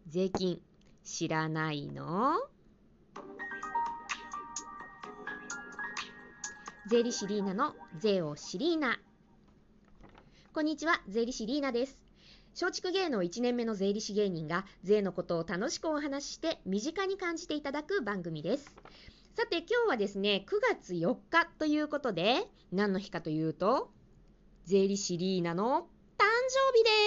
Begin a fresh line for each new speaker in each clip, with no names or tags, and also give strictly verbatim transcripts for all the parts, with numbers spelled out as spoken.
税金知らないの？税理士リーナの税をシリーナ。こんにちは、税理士リーナです。松竹芸能いちねんめの税理士芸人が税のことを楽しくお話しして身近に感じていただく番組です。さて今日はですね、くがつよっかということで、何の日かというと、税理士リーナの誕生日です。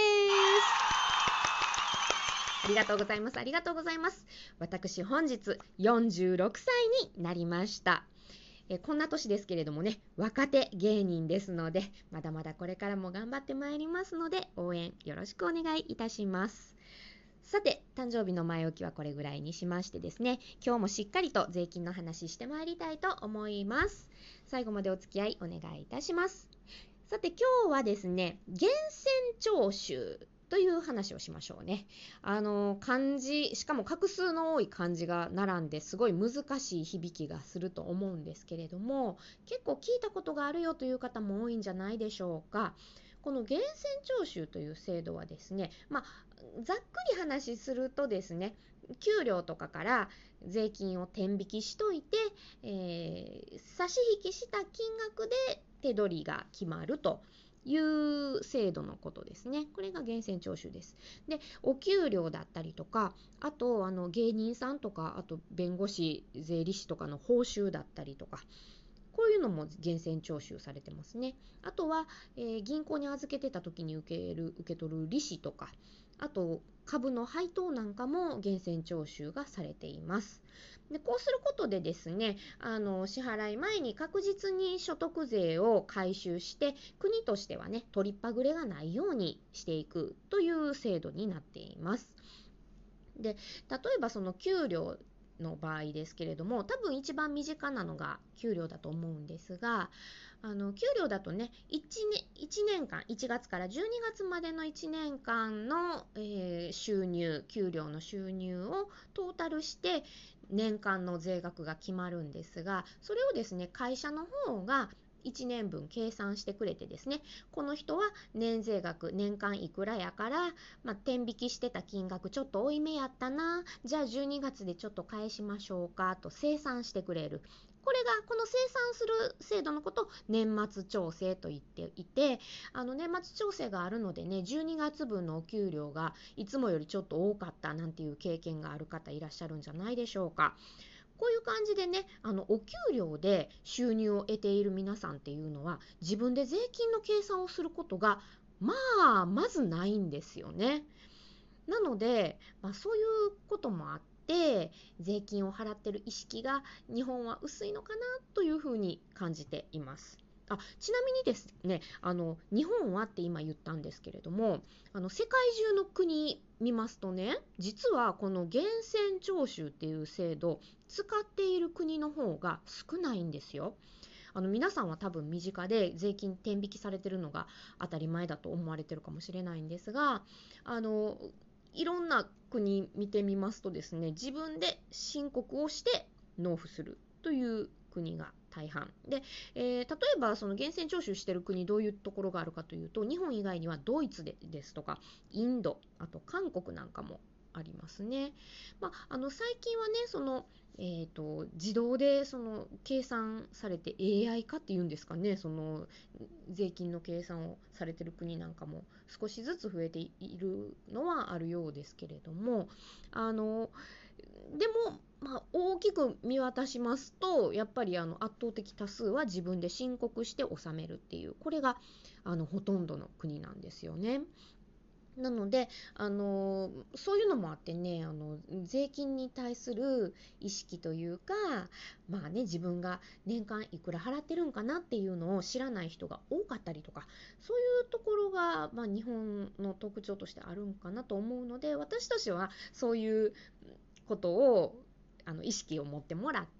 ありがとうございます。ありがとうございます。私本日よんじゅうろくさいになりました。えこんな年ですけれどもね、若手芸人ですので、まだまだこれからも頑張ってまいりますので、応援よろしくお願いいたします。さて、誕生日の前置きはこれぐらいにしましてですね、今日もしっかりと税金の話してまいりたいと思います。最後までお付き合いお願いいたします。さて今日はですね、源泉徴収という話をしましょうね。あの漢字、しかも画数の多い漢字が並んですごい難しい響きがすると思うんですけれども、結構聞いたことがあるよという方も多いんじゃないでしょうか。この源泉徴収という制度はですね、まあ、ざっくり話するとですね、給料とかから税金を天引きしといて、えー、差し引きした金額で手取りが決まるという制度のことですね。これが源泉徴収です。で、お給料だったりとか、あとあの芸人さんとか、あと弁護士、税理士とかの報酬だったりとか、こういうのも源泉徴収されてますね。あとは、えー、銀行に預けてた時に受ける、受け取る利子とか、あと株の配当なんかも源泉徴収がされています。でこうすることでですね、あの支払い前に確実に所得税を回収して、国としてはね、取りっぱぐれがないようにしていくという制度になっています。で、例えばその給料の場合ですけれども、多分一番身近なのが給料だと思うんですが、あの給料だとね、いちねん、いちねんかん、いちがつからじゅうにがつまでのいちねんかんの、えー収入、給料の収入をトータルして年間の税額が決まるんですが、それをですね、会社の方がいちねんぶん計算してくれてですね、この人は年税額年間いくらやから、まあ、天引きしてた金額ちょっと多いめやったな、じゃあじゅうにがつでちょっと返しましょうかと精算してくれる。これがこの精算する制度のことを年末調整と言っていて、あの年末調整があるのでね、じゅうにがつぶんのお給料がいつもよりちょっと多かったなんていう経験がある方いらっしゃるんじゃないでしょうか。こういう感じでね、あのお給料で収入を得ている皆さんっていうのは、自分で税金の計算をすることがまあまずないんですよね。なので、まあ、そういうこともあって税金を払ってる意識が日本は薄いのかなというふうに感じています。あ、ちなみにですね、あの日本はって今言ったんですけれども、あの世界中の国見ますとね、実はこの源泉徴収っていう制度使っている国の方が少ないんですよ。あの皆さんは多分身近で税金天引きされてるのが当たり前だと思われてるかもしれないんですが、あのいろんな国見てみますとですね、自分で申告をして納付するという国が大半で、えー、例えばその源泉徴収している国、どういうところがあるかというと、日本以外にはドイツでですとかインド、あと韓国なんかもありますね。まあ、あの最近はね、そのえーと、自動でその計算されて エーアイ 化っていうんですかね、その税金の計算をされてる国なんかも少しずつ増えているのはあるようですけれども、あのでも、まあ、大きく見渡しますと、やっぱりあの圧倒的多数は自分で申告して納めるっていう、これがあのほとんどの国なんですよね。なので、あのそういうのもあってね、あの税金に対する意識というか、まあね、自分が年間いくら払ってるんかなっていうのを知らない人が多かったりとか、そういうところが、まあ、日本の特徴としてあるんかなと思うので、私たちはそういうことをあの意識を持ってもらって、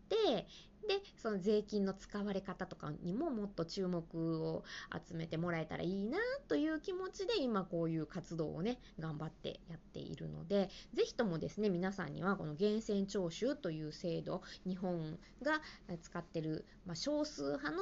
でその税金の使われ方とかにももっと注目を集めてもらえたらいいなという気持ちで、今こういう活動をね頑張ってやっているので、ぜひともですね、皆さんにはこの源泉徴収という制度、日本が使っている、まあ、少数派の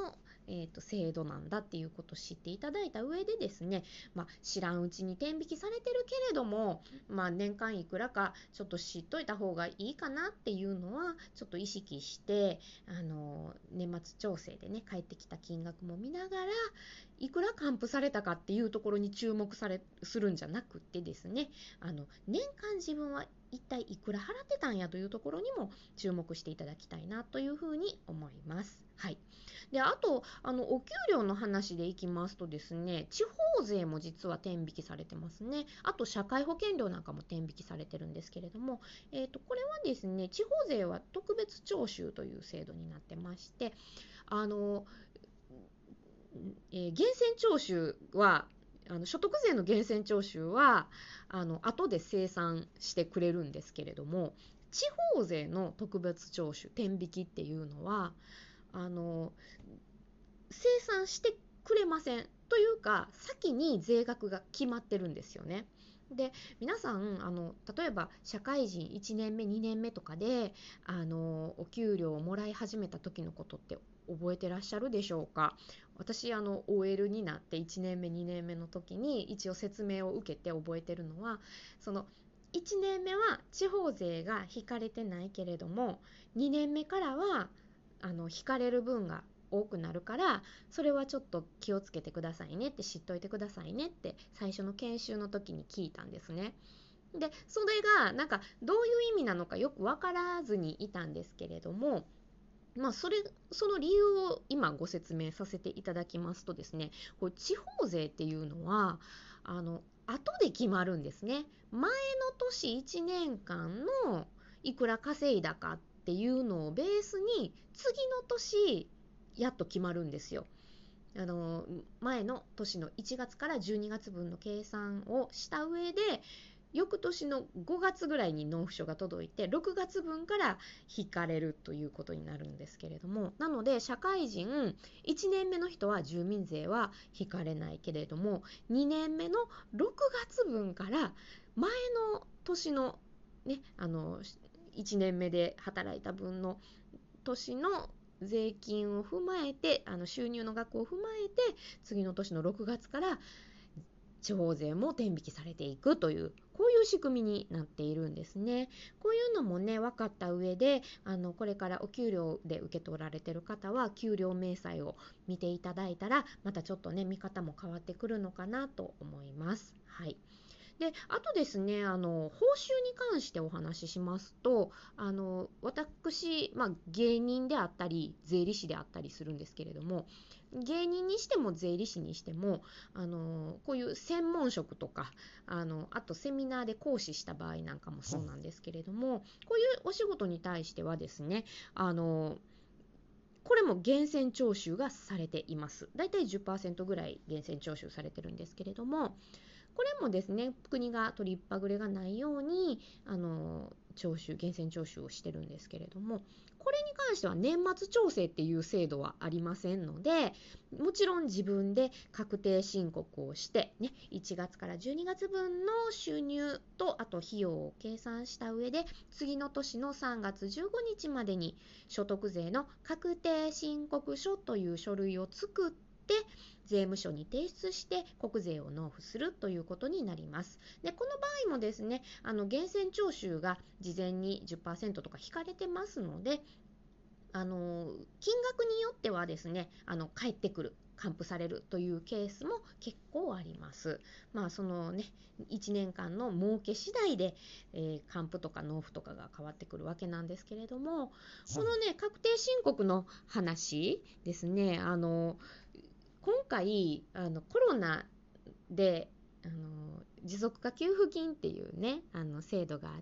えーと、制度なんだっていうことを知っていただいた上でですね、まあ、知らんうちに天引きされてるけれども、まあ、年間いくらかちょっと知っといた方がいいかなっていうのはちょっと意識して、あの年末調整でね返ってきた金額も見ながらいくら還付されたかっていうところに注目されするんじゃなくってですね、あの年間自分は一体いくら払ってたんやというところにも注目していただきたいなというふうに思います。はい。で、あと、あの、お給料の話でいきますとですね、地方税も実は天引きされてますね。あと、社会保険料なんかも天引きされてるんですけれども、えっと、これはですね、地方税は特別徴収という制度になってまして、あの、えー、源泉徴収は、あの所得税の源泉徴収はあの後で精算してくれるんですけれども、地方税の特別徴収天引きっていうのはあの精算してくれませんというか、先に税額が決まってるんですよね。で、皆さんあの例えば社会人いちねんめにねんめとかであのお給料をもらい始めた時のことって覚えてらっしゃるでしょうか。私あの オーエル になっていちねんめにねんめの時に一応説明を受けて覚えてるのは、そのいちねんめは地方税が引かれてないけれども、にねんめからはあの引かれる分が多くなるから、それはちょっと気をつけてくださいねって、知っといてくださいねって最初の研修の時に聞いたんですね。で、それがなんかどういう意味なのかよく分からずにいたんですけれども、まあ、それその理由を今ご説明させていただきますとですね、これ地方税っていうのはあの後で決まるんですね。前の年いちねんかんのいくら稼いだかっていうのをベースに次の年やっと決まるんですよ。あの前の年のいちがつからじゅうにがつぶんの計算をした上で、翌年のごがつぐらいに納付書が届いてろくがつぶんから引かれるということになるんですけれども、なので社会人いちねんめの人は住民税は引かれないけれども、にねんめのろくがつぶんから前の年のね、あのいちねんめで働いた分の年の税金を踏まえて、あの収入の額を踏まえて次の年のろくがつから地方税も天引きされていくという、こういう仕組みになっているんですね。こういうのもね分かった上で、あのこれからお給料で受け取られている方は給料明細を見ていただいたら、またちょっとね見方も変わってくるのかなと思います。はい。で、あとですね、あの報酬に関してお話ししますと、あの私、まあ、芸人であったり税理士であったりするんですけれども、芸人にしても税理士にしても、あのこういう専門職とか、あのあとセミナーで講師した場合なんかもそうなんですけれども、こういうお仕事に対してはですね、あのこれも源泉徴収がされています。だいたい じゅっパーセント ぐらい源泉徴収されてるんですけれども、これもですね、国が取りっぱぐれがないようにあの徴収源泉徴収をしてるんですけれども、これに関しては年末調整っていう制度はありませんので、もちろん自分で確定申告をして、ね、いちがつからじゅうにがつぶんの収入とあと費用を計算した上で、次の年のさんがつじゅうごにちまでに所得税の確定申告書という書類を作って税務署に提出して国税を納付するということになります。で、この場合もですね、あの源泉徴収が事前に じゅっパーセント とか引かれてますので、あの金額によってはですね、あの返ってくる、還付されるというケースも結構あります。まあそのね、いちねんかんの儲け次第で、えー、還付とか納付とかが変わってくるわけなんですけれども、このね確定申告の話ですね、あの今回あのコロナであの持続化給付金っていうねあの制度があって、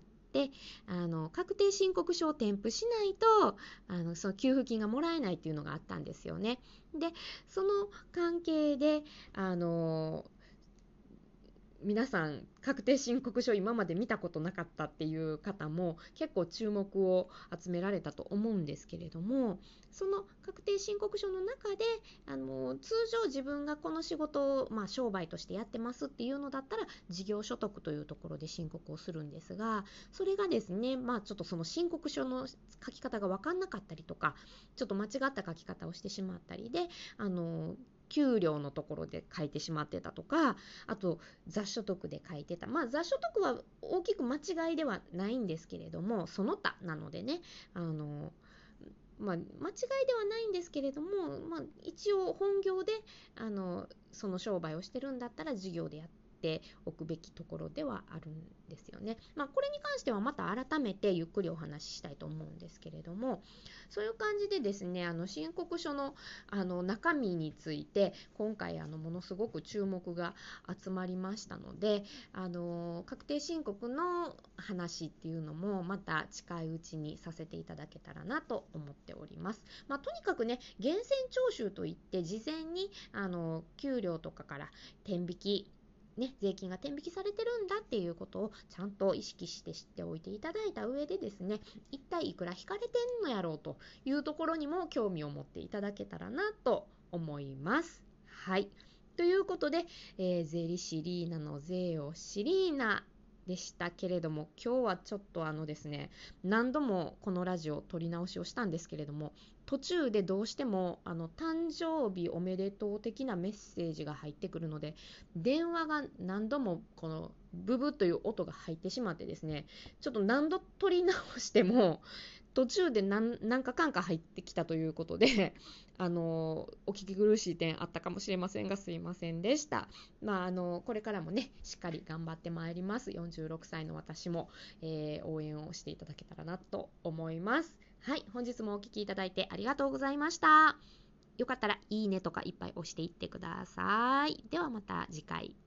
あの確定申告書を添付しないとあのその給付金がもらえないっていうのがあったんですよね。で、その関係であの皆さん確定申告書今まで見たことなかったっていう方も結構注目を集められたと思うんですけれども、その確定申告書の中であの通常自分がこの仕事を、まあ、商売としてやってますっていうのだったら事業所得というところで申告をするんですが、それがですね、まあ、ちょっとその申告書の書き方が分かんなかったりとか、ちょっと間違った書き方をしてしまったりで、あの給料のところで書いてしまってたとか、あと雑所得で書いてた、まあ雑所得は大きく間違いではないんですけれども、その他なのでね、あのまあ、間違いではないんですけれども、まあ、一応本業であのその商売をしてるんだったら事業でやっておくべきところではあるんですよね。まあ、これに関してはまた改めてゆっくりお話ししたいと思うんですけれども、そういう感じでですね、あの申告書の、あの中身について今回あのものすごく注目が集まりましたので、あの確定申告の話っていうのもまた近いうちにさせていただけたらなと思っております。まあ、とにかくね、源泉徴収といって事前にあの給料とかから天引きね、税金が天引きされてるんだっていうことをちゃんと意識して知っておいていただいた上でですね、一体いくら引かれてんのやろうというところにも興味を持っていただけたらなと思います。はい。ということで、えー、税理士リーナの税をシリーナでしたけれども、今日はちょっとあのですね、何度もこのラジオ撮り直しをしたんですけれども、途中でどうしてもあの誕生日おめでとう的なメッセージが入ってくるので、電話が何度もこのブブという音が入ってしまってですね、ちょっと何度撮り直しても途中で何何かかんか入ってきたということで、あのお聞き苦しい点あったかもしれませんが、すいませんでした。まあ、あのこれからもね、しっかり頑張ってまいります。よんじゅうろくさいの私も、えー、応援をしていただけたらなと思います。はい、本日もお聞きいただいてありがとうございました。よかったらいいねとかいっぱい押していってください。ではまた次回。